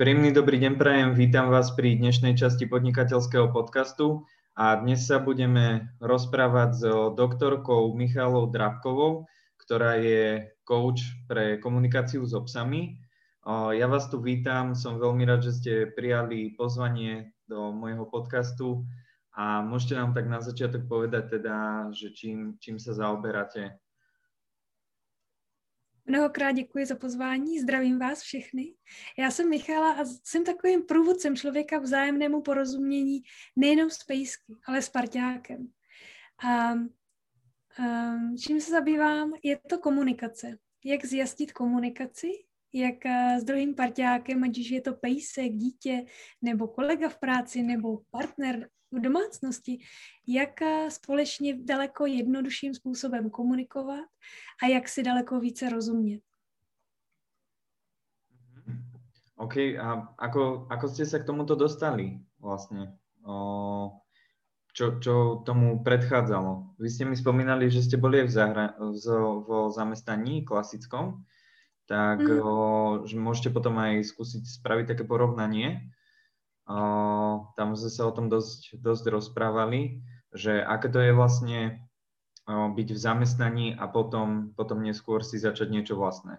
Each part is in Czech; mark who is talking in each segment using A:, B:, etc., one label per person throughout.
A: Príjemný dobrý deň prajem, vítam vás pri dnešnej časti podnikateľského podcastu a dnes sa budeme rozprávať s doktorkou Michalou Drábkovou, ktorá je coach pre komunikáciu s obsami. Ja vás tu vítam, som veľmi rád, že ste prijali pozvanie do môjho podcastu a môžete nám tak na začiatok povedať teda, že čím sa zaoberáte.
B: Mnohokrát děkuji za pozvání, zdravím vás všechny. Já jsem Michala a jsem takovým průvodcem člověka vzájemnému porozumění nejenom s pejsky, ale s parťákem. A čím se zabývám, je to komunikace. Jak zjasnit komunikaci, jak s druhým parťákem, ať už je to pejsek, dítě, nebo kolega v práci, nebo partner v domácnosti, jak společně daleko jednodušším způsobem komunikovat a jak si daleko více rozumět.
A: OK, a ako ste sa k tomuto dostali vlastne? Čo tomu predchádzalo? Vy ste mi spomínali, že ste boli aj vo zamestnaní klasickom, tak že môžete potom aj skúsiť spraviť také porovnanie. Tam sme sa o tom dosť rozprávali, že aké to je vlastne byť v zamestnaní a potom neskôr si začať niečo vlastné.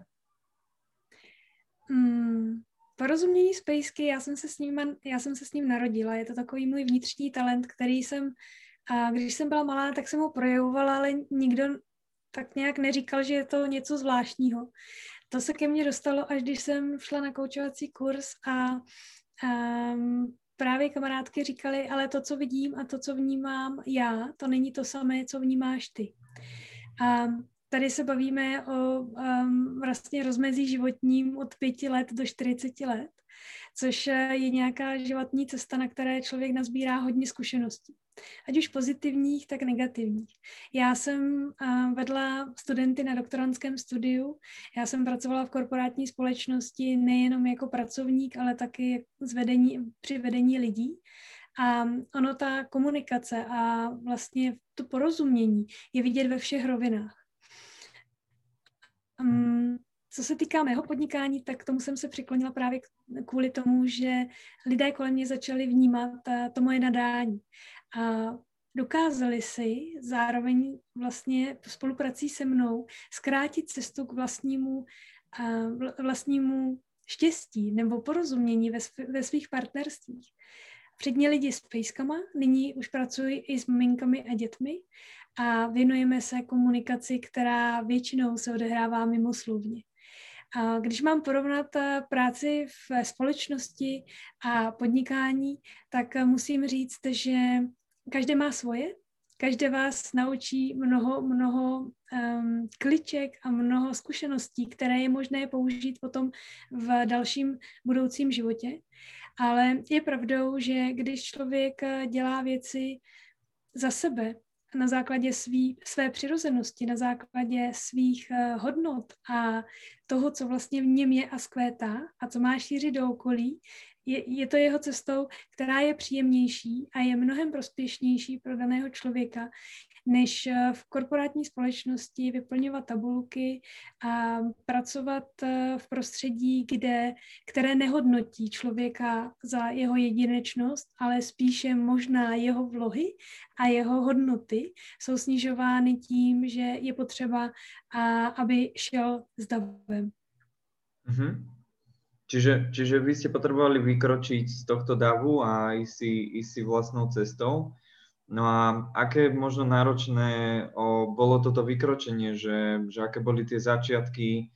B: Porozumění s pejsky, já jsem se s ním narodila. Je to takový můj vnitřní talent, který když jsem byla malá, tak jsem ho projevovala, ale nikdo tak nějak neříkal, že je to něco zvláštního. To se ke mně dostalo, až když jsem šla na koučovací kurz a právě kamarádky říkali, ale to, co vidím a to, co vnímám já, to není to samé, co vnímáš ty. A tady se bavíme o vlastně rozmezí životním od 5 let do 40 let, což je nějaká životní cesta, na které člověk nazbírá hodně zkušeností. Ať už pozitivních, tak negativních. Já jsem vedla studenty na doktorandském studiu, já jsem pracovala v korporátní společnosti nejenom jako pracovník, ale taky při vedení lidí. A ta komunikace a vlastně to porozumění je vidět ve všech rovinách. Co se týká mého podnikání, tak tomu jsem se přiklonila právě kvůli tomu, že lidé kolem mě začali vnímat to moje nadání. A dokázali si zároveň vlastně spoluprací se mnou zkrátit cestu k vlastnímu štěstí nebo porozumění ve svých partnerstvích. Předně lidi s pejskama, nyní už pracuji i s maminkami a dětmi a věnujeme se komunikaci, která většinou se odehrává mimoslovně. A když mám porovnat práci v společnosti a podnikání, tak musím říct, že každé má svoje, každé vás naučí mnoho kliček a mnoho zkušeností, které je možné použít potom v dalším budoucím životě. Ale je pravdou, že když člověk dělá věci za sebe, na základě své přirozenosti, na základě svých hodnot a toho, co vlastně v něm je a zkvétá a co má šířit do okolí, je to jeho cestou, která je příjemnější a je mnohem prospěšnější pro daného člověka, než v korporátní společnosti vyplňovat tabulky a pracovat v prostředí, které nehodnotí člověka za jeho jedinečnost, ale spíše možná jeho vlohy a jeho hodnoty jsou snižovány tím, že je potřeba, aby šel s davem.
A: Čiže vy ste potrebovali vykročiť z tohto davu a ísť si vlastnou cestou. No a aké možno náročné bolo toto vykročenie, že aké boli tie začiatky,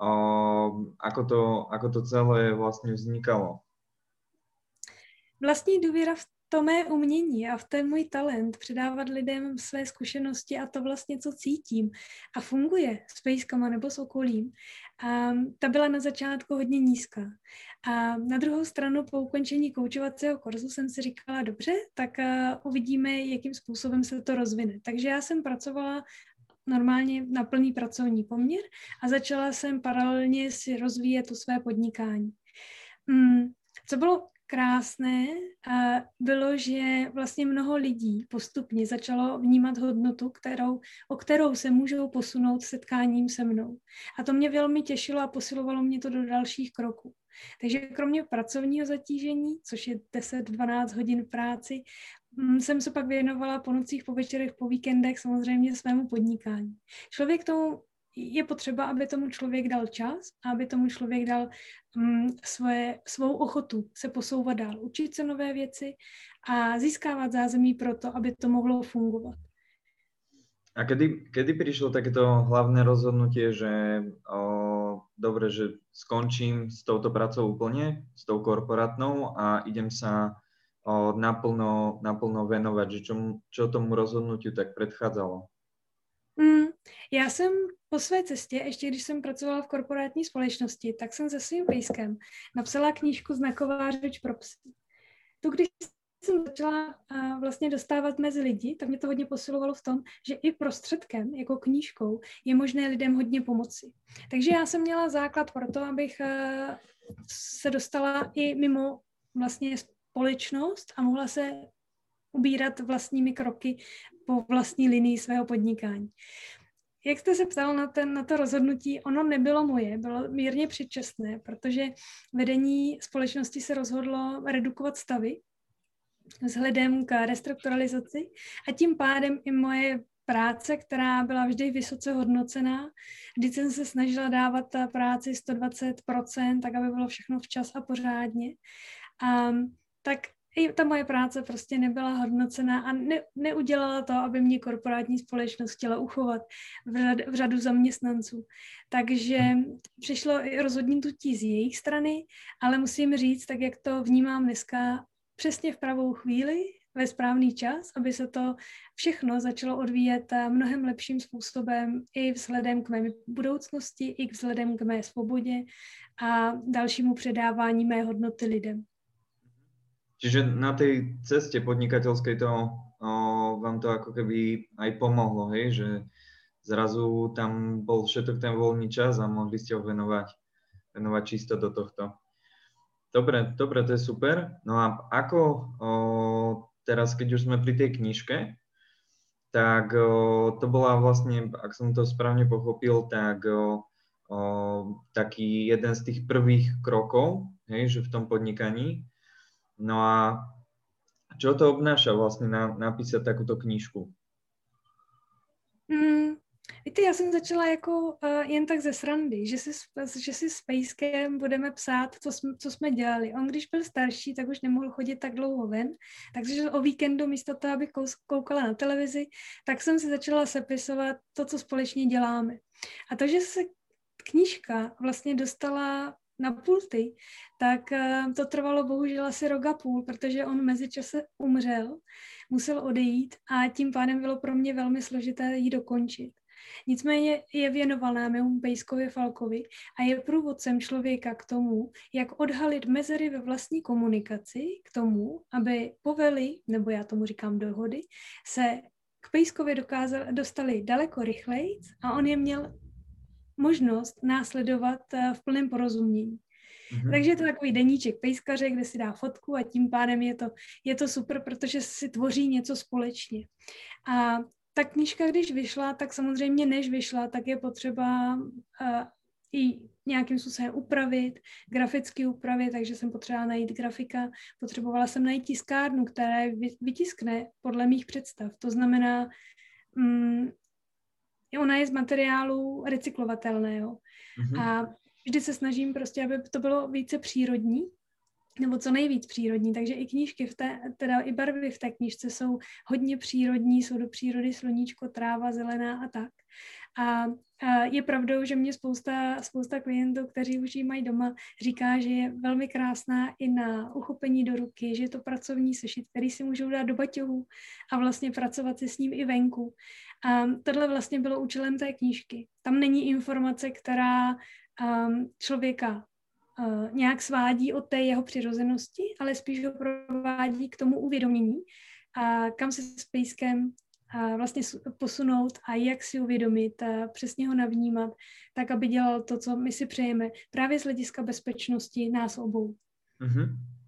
A: ako to celé vlastne vznikalo?
B: Vlastní důvěra v to mé umění a v ten můj talent předávat lidem své zkušenosti a to vlastně, co cítím a funguje s pejskama nebo s okolím, ta byla na začátku hodně nízká. A na druhou stranu po ukončení koučovacího kurzu jsem si říkala, dobře, tak uvidíme, jakým způsobem se to rozvine. Takže já jsem pracovala normálně na plný pracovní poměr a začala jsem paralelně si rozvíjet to své podnikání. Co bylo krásné, bylo, že vlastně mnoho lidí postupně začalo vnímat hodnotu, o kterou se můžou posunout setkáním se mnou. A to mě velmi těšilo a posilovalo mě to do dalších kroků. Takže kromě pracovního zatížení, což je 10-12 hodin v práci, jsem se pak věnovala po nocích, po večerech, po víkendech samozřejmě svému podnikání. Je potřeba, aby tomu člověk dal čas a aby tomu člověk dal svou ochotu se posouvat dál, učit se nové věci a získávat zázemí pro to, aby to mohlo fungovat.
A: A kedy prišlo takéto hlavné rozhodnutie, že dobre, že skončím s touto pracou úplne, s tou korporátnou a idem sa naplno venovať, že čo tomu rozhodnutiu tak predchádzalo?
B: Já jsem po své cestě, ještě když jsem pracovala v korporátní společnosti, tak jsem se svým pejskem napsala knížku Znaková řeč pro psy. Tu, když jsem začala vlastně dostávat mezi lidi, tak mě to hodně posilovalo v tom, že i prostředkem, jako knížkou, je možné lidem hodně pomoci. Takže já jsem měla základ pro to, abych se dostala i mimo vlastně společnost a mohla se ubírat vlastními kroky po vlastní linii svého podnikání. Jak jste se ptal na to rozhodnutí, ono nebylo moje, bylo mírně předčasné, protože vedení společnosti se rozhodlo redukovat stavy vzhledem k restrukturalizaci a tím pádem i moje práce, která byla vždy vysoce hodnocená, vždy jsem se snažila dávat práci 120%, tak aby bylo všechno včas a pořádně. Tak i ta moje práce prostě nebyla hodnocená a neudělala to, aby mě korporátní společnost chtěla uchovat v řadu zaměstnanců. Takže přišlo i rozhodnutí z jejich strany, ale musím říct, tak jak to vnímám dneska, přesně v pravou chvíli, ve správný čas, aby se to všechno začalo odvíjet mnohem lepším způsobem i vzhledem k mé budoucnosti, i vzhledem k mé svobodě a dalšímu předávání mé hodnoty lidem.
A: Čiže na tej ceste podnikateľskej vám to ako keby aj pomohlo, hej? Že zrazu tam bol všetok ten voľný čas a mohli ste ho venovať čisto do tohto. Dobre, to je super. No a ako teraz, keď už sme pri tej knižke, tak to bola vlastne, ak som to správne pochopil, tak taký jeden z tých prvých krokov, hej, že v tom podnikaní. No a čo to obnáša vlastně napísat takovou knížku?
B: Víte, já jsem začala jako jen tak ze srandy, že si s pejskem budeme psát, co jsme dělali. On když byl starší, tak už nemohl chodit tak dlouho ven, takže o víkendu místo toho, abych koukala na televizi, tak jsem si začala sepisovat to, co společně děláme. A to, že se knížka vlastně dostala na pulty, tak to trvalo bohužel asi rok a půl, protože on mezičase umřel, musel odejít a tím pádem bylo pro mě velmi složité ji dokončit. Nicméně je věnovaná mému pejskovi Falkovi a je průvodcem člověka k tomu, jak odhalit mezery ve vlastní komunikaci, k tomu, aby povely, nebo já tomu říkám dohody, se k pejskovi dostali daleko rychleji a on je měl možnost následovat v plném porozumění. Takže je to takový deníček pejskaře, kde si dá fotku a tím pádem je to super, protože si tvoří něco společně. A ta knížka, když vyšla, tak samozřejmě než vyšla, tak je potřeba i nějakým způsobem upravit, graficky upravit, takže jsem potřebovala najít grafika, potřebovala jsem najít tiskárnu, která vytiskne podle mých představ. To znamená, ona je z materiálu recyklovatelného. A vždy se snažím prostě, aby to bylo více přírodní, nebo co nejvíc přírodní, takže i knížky, teda i barvy v té knížce jsou hodně přírodní, jsou do přírody sluníčko, tráva, zelená a tak. A je pravdou, že mě spousta klientů, kteří už ji mají doma, říká, že je velmi krásná i na uchopení do ruky, že je to pracovní sešit, který si můžou dát do baťohu a vlastně pracovat si s ním i venku. A tohle vlastně bylo účelem té knížky. Tam není informace, která člověka nějak svádí od té jeho přirozenosti, ale spíš ho provádí k tomu uvědomění, a kam se s pejskem vlastně posunout a jak si uvědomit, přesně ho navnímat, tak aby dělal to, co my si přejeme, právě z hlediska bezpečnosti nás obou.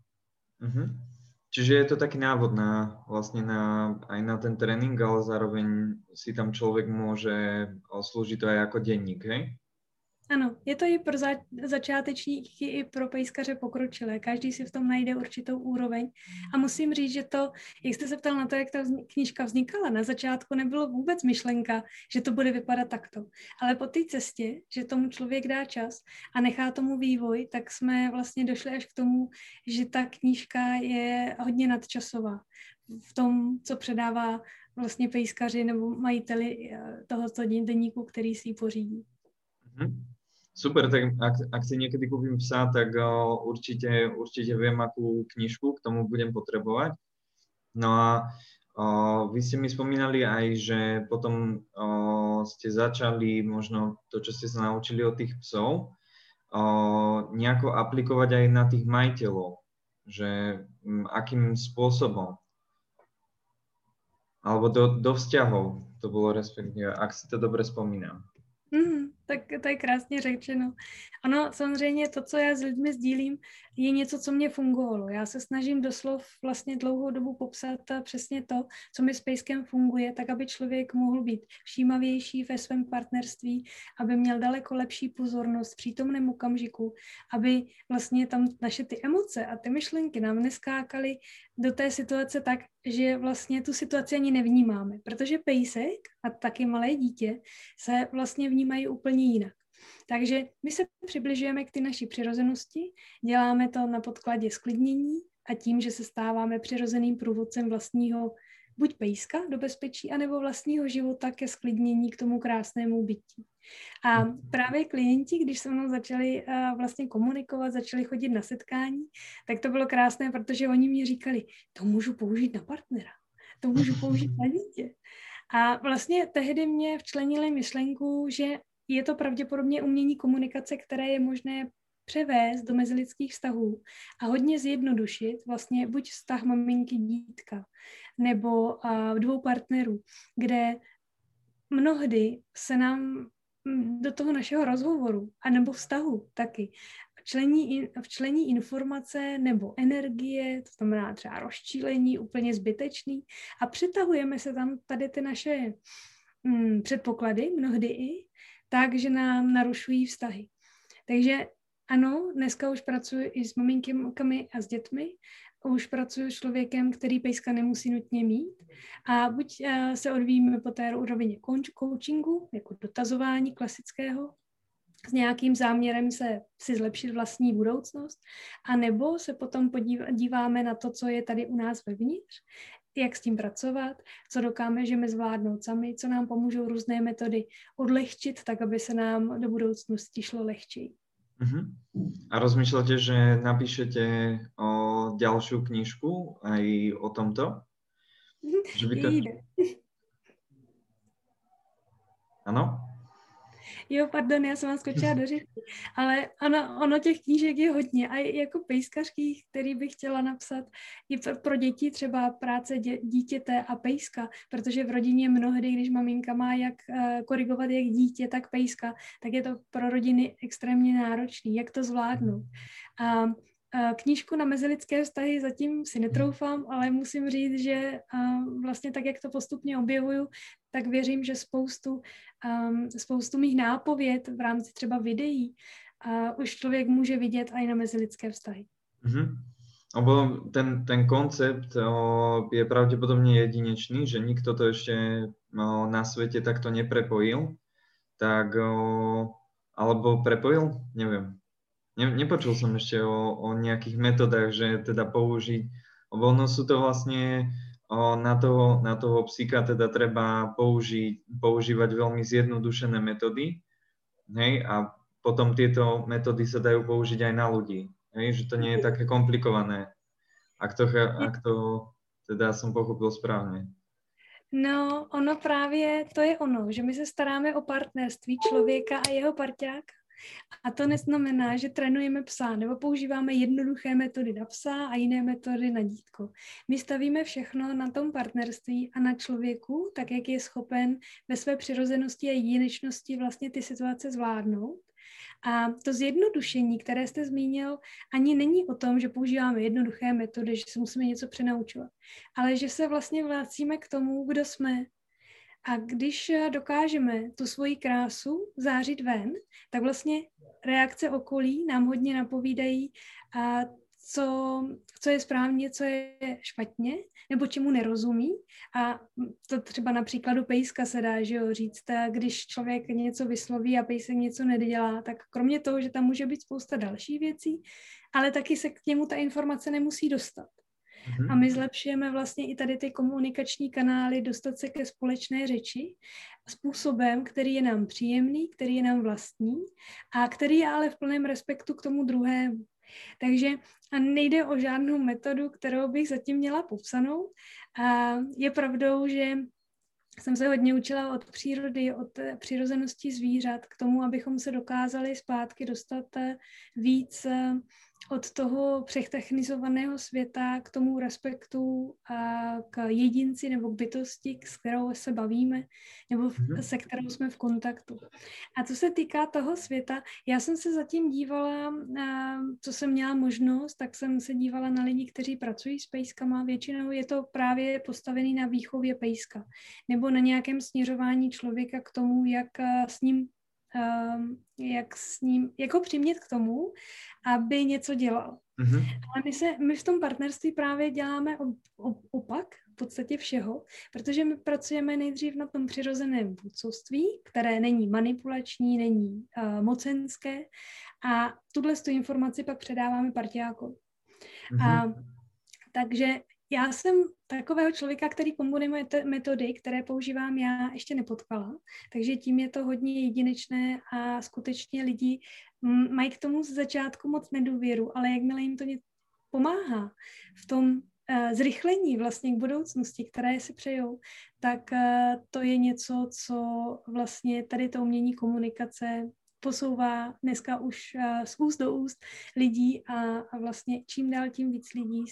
A: Čiže je to taký návod aj na ten tréning, ale zároveň si tam človek môže slúžiť to aj ako denník, hej?
B: Ano, je to i pro začátečníky, i pro pejskaře pokročilé. Každý si v tom najde určitou úroveň. A musím říct, že to, jak jste se ptal na to, jak ta knížka vznikala, na začátku nebylo vůbec myšlenka, že to bude vypadat takto. Ale po té cestě, že tomu člověk dá čas a nechá tomu vývoj, tak jsme vlastně došli až k tomu, že ta knížka je hodně nadčasová v tom, co předává vlastně pejskaři nebo majiteli tohoto denníku, který si ji pořídí.
A: Super, tak ak si niekedy kúpim psa, tak určite viem, akú knižku k tomu budem potrebovať. No a vy ste mi spomínali aj, že potom ste začali možno to, čo ste sa naučili od tých psov, nejako aplikovať aj na tých majiteľov, že akým spôsobom, alebo do vzťahov, to bolo respektíve, ak si to dobre spomínam.
B: Tak to je krásně řečeno. Ano, samozřejmě to, co já s lidmi sdílím, je něco, co mě fungovalo. Já se snažím doslov vlastně dlouhou dobu popsat přesně to, co mi s pejskem funguje, tak aby člověk mohl být všímavější ve svém partnerství, aby měl daleko lepší pozornost v přítomném okamžiku, aby vlastně tam naše ty emoce a ty myšlenky nám neskákaly do té situace tak, že vlastně tu situaci ani nevnímáme, protože pejsek a taky malé dítě se vlastně vnímají úplně jinak. Takže my se přibližujeme k ty naší přirozenosti, děláme to na podkladě sklidnění a tím, že se stáváme přirozeným průvodcem vlastního buď pejska do bezpečí, anebo vlastního života ke sklidnění, k tomu krásnému bytí. A právě klienti, když se mnou začali vlastně komunikovat, začali chodit na setkání, tak to bylo krásné, protože oni mi říkali, to můžu použít na partnera, to můžu použít na dítě. A vlastně tehdy mě včlenili myšlenku, že je to pravděpodobně umění komunikace, které je možné převést do mezilidských vztahů a hodně zjednodušit vlastně buď vztah maminky dítka nebo dvou partnerů, kde mnohdy se nám do toho našeho rozhovoru a nebo vztahu taky včlení informace nebo energie, to znamená třeba rozčílení, úplně zbytečný a přetahujeme se tam tady ty naše předpoklady, mnohdy i tak, že nám narušují vztahy. Takže ano, dneska už pracuji i s maminkami a s dětmi, už pracuji s člověkem, který pejska nemusí nutně mít a buď se odvíjíme po té úrovni coachingu, jako dotazování klasického, s nějakým záměrem si zlepšit vlastní budoucnost, anebo se potom díváme na to, co je tady u nás vevnitř, jak s tím pracovat, co dokážeme zvládnout sami, co nám pomůžou různé metody odlehčit, tak aby se nám do budoucnosti šlo lehčej.
A: A rozmýšľate, že napíšete ďalšiu knižku aj o tomto? Že by to... Ano?
B: Jo, pardon, já jsem vám skočila do řeči, ale ono těch knížek je hodně a jako pejskařských, který bych chtěla napsat i pro děti, třeba práce dítěte a pejska, protože v rodině mnohdy, když maminka má jak korigovat jak dítě, tak pejska, tak je to pro rodiny extrémně náročný, jak to zvládnout. A knížku na mezilidské vztahy zatím si netroufám, ale musím říct, že vlastně tak, jak to postupně objevuju, tak věřím, že spoustu mých nápověd v rámci třeba videí už člověk může vidět i na mezilidské vztahy.
A: Lebo ten koncept je pravdepodobne jedinečný, že nikto to ešte na svete takto neprepojil. Tak, alebo prepojil? Neviem. Nepočul som ešte o nejakých metodách, že teda použiť, lebo ono sú to vlastne na toho psíka teda treba používať veľmi zjednodušené metódy, hej, a potom tieto metódy sa dajú použiť aj na ľudí, hej, že to nie je také komplikované, ak to teda som pochopil správne.
B: No, ono právě, to je ono, že my se staráme o partnerství člověka a jeho parťáka. A to neznamená, že trénujeme psa nebo používáme jednoduché metody na psa a jiné metody na dítko. My stavíme všechno na tom partnerství a na člověku, tak jak je schopen ve své přirozenosti a jedinečnosti vlastně ty situace zvládnout. A to zjednodušení, které jste zmínil, ani není o tom, že používáme jednoduché metody, že se musíme něco přenaučovat, ale že se vlastně vracíme k tomu, kdo jsme. A když dokážeme tu svoji krásu zářit ven, tak vlastně reakce okolí nám hodně napovídají, co je správně, co je špatně, nebo čemu nerozumí. A to třeba na příkladu pejska se dá, že jo, říct, když člověk něco vysloví a pejsek něco nedělá, tak kromě toho, že tam může být spousta dalších věcí, ale taky se k němu ta informace nemusí dostat. A my zlepšujeme vlastně i tady ty komunikační kanály, dostat se ke společné řeči způsobem, který je nám příjemný, který je nám vlastní a který je ale v plném respektu k tomu druhému. Takže nejde o žádnou metodu, kterou bych zatím měla popsanou. A je pravdou, že jsem se hodně učila od přírody, od přirozenosti zvířat k tomu, abychom se dokázali zpátky dostat víc od toho přetechnizovaného světa k tomu respektu a k jedinci nebo k bytosti, s kterou se bavíme, nebo se kterou jsme v kontaktu. A co se týká toho světa, já jsem se zatím dívala, co jsem měla možnost, tak jsem se dívala na lidi, kteří pracují s pejskama. Většinou je to právě postavený na výchově pejska, nebo na nějakém směřování člověka k tomu, jak s ním, jako přimět k tomu, aby něco dělal. Ale my v tom partnerství právě děláme opak v podstatě všeho, protože my pracujeme nejdřív na tom přirozeném vůdcovství, které není manipulační, není mocenské a tuto informaci pak předáváme parťákovi. Takže já jsem takového člověka, který kombinuje metody, které používám já, ještě nepotkala, takže tím je to hodně jedinečné a skutečně lidi mají k tomu z začátku moc nedůvěru, ale jakmile jim to pomáhá v tom zrychlení vlastně k budoucnosti, které si přejou, tak to je něco, co vlastně tady to umění komunikace posouvá dneska už z úst do úst lidí a vlastně čím dál tím víc lidí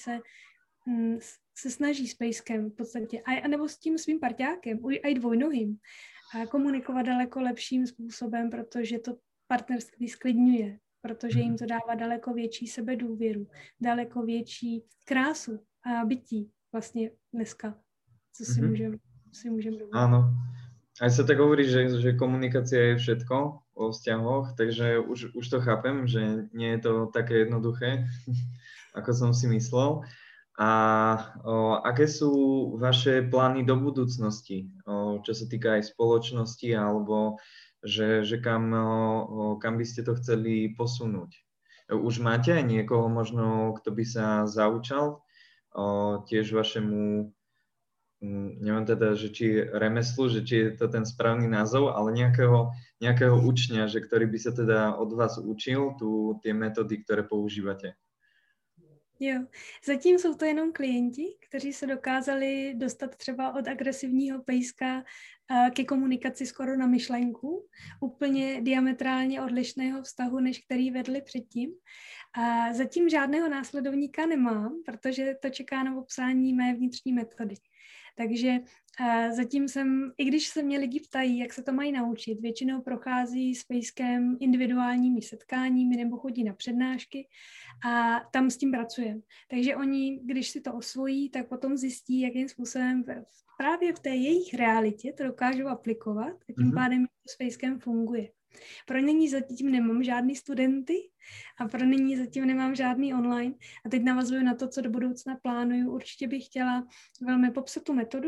B: se snaží s pejskem v podstatě, a nebo s tím svým parťákem, i dvojnohým, a komunikovat daleko lepším způsobem, protože to partnerství sklidňuje, protože jim to dává daleko větší sebedůvěru, daleko větší krásu a bytí vlastně dneska, co si můžeme dovolit.
A: Áno. Aj sa tak hovorí, že komunikácia je všetko vo vzťahoch, takže už to chápem, že nie je to také jednoduché, ako som si myslel. A aké sú vaše plány do budúcnosti, čo sa týka aj spoločnosti, alebo že kam by ste to chceli posunúť? Už máte aj niekoho možno, kto by sa zaučal tiež vašemu, neviem teda, že či remeslu, že či je to ten správny názov, ale nejakého učňa, že ktorý by sa teda od vás učil tie metódy, ktoré používate?
B: Jo, zatím jsou to jenom klienti, kteří se dokázali dostat třeba od agresivního pejska ke komunikaci skoro na myšlenku, úplně diametrálně odlišného vztahu, než který vedli předtím. A zatím žádného následovníka nemám, protože to čeká na obsání mé vnitřní metody. Takže zatím i když se mě lidi ptají, jak se to mají naučit, většinou prochází s pejskem individuálními setkáními nebo chodí na přednášky a tam s tím pracujeme. Takže oni, když si to osvojí, tak potom zjistí, jakým způsobem právě v té jejich realitě to dokážou aplikovat a tím pádem to s pejskem funguje. Pro nyní zatím nemám žádný studenty a pro nyní zatím nemám žádný online. A teď navazuju na to, co do budoucna plánuju. Určitě bych chtěla velmi popsat tu metodu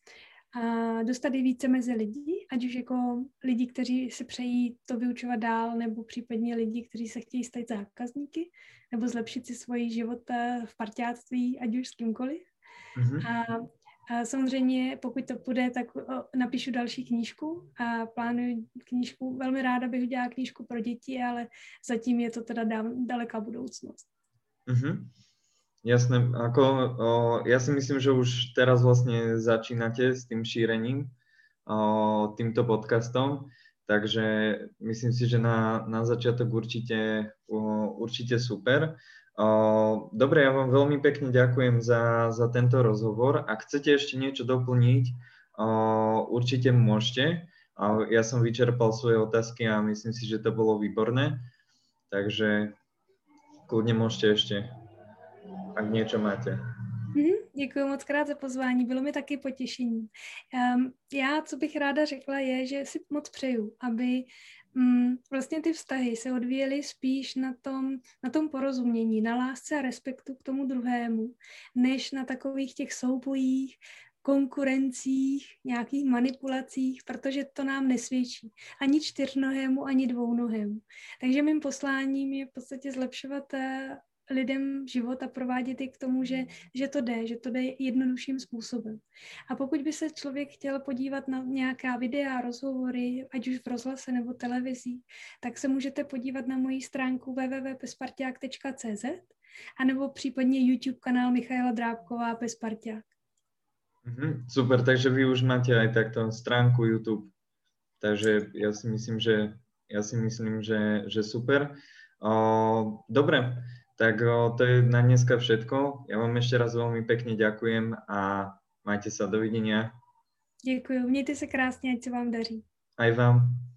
B: a dostat ji více mezi lidi, ať už jako lidi, kteří si přejí to vyučovat dál, nebo případně lidi, kteří se chtějí stát zákazníky, nebo zlepšit si svůj život v parťáctví, ať už s kýmkoliv. A samozřejmě, pokud to půjde, tak napíšu další knížku a plánuji knížku. Velmi ráda bych udělala knížku pro děti, ale zatím je to teda daleká budoucnost.
A: Jasné. Ja si myslím, že už teraz vlastne začínate s tým šírením týmto podcastom, takže myslím si, že na začiatok určite super. Dobre, ja vám veľmi pekne ďakujem za tento rozhovor. Ak chcete ešte niečo doplniť, určite môžete. A ja som vyčerpal svoje otázky a myslím si, že to bolo výborné. Takže kľudne môžete ešte, ak niečo máte.
B: Děkuji moc krát za pozvání, bylo mi taky potěšení. Já, co bych ráda řekla, je, že si moc přeju, aby vlastně ty vztahy se odvíjely spíš na tom porozumění, na lásce a respektu k tomu druhému, než na takových těch soubojích, konkurencích, nějakých manipulacích, protože to nám nesvědčí. Ani čtyřnohému, ani dvounohému. Takže mým posláním je v podstatě zlepšovat lidem život a provádět je k tomu, že to jde jednodušším způsobem. A pokud by se člověk chtěl podívat na nějaká videa, rozhovory, ať už v rozhlase nebo televizí, tak se můžete podívat na moji stránku www.pesparťák.cz anebo případně YouTube kanál Michaela Drábková Pesparťák.
A: Super, takže vy už máte aj takto stránku YouTube. Takže ja si myslím, že super. Dobre. Tak to je na dneska všetko. Ja vám ešte raz veľmi pekne ďakujem a majte sa, dovidenia.
B: Děkuji, mějte se krásně, ať se vám daří.
A: Aj vám.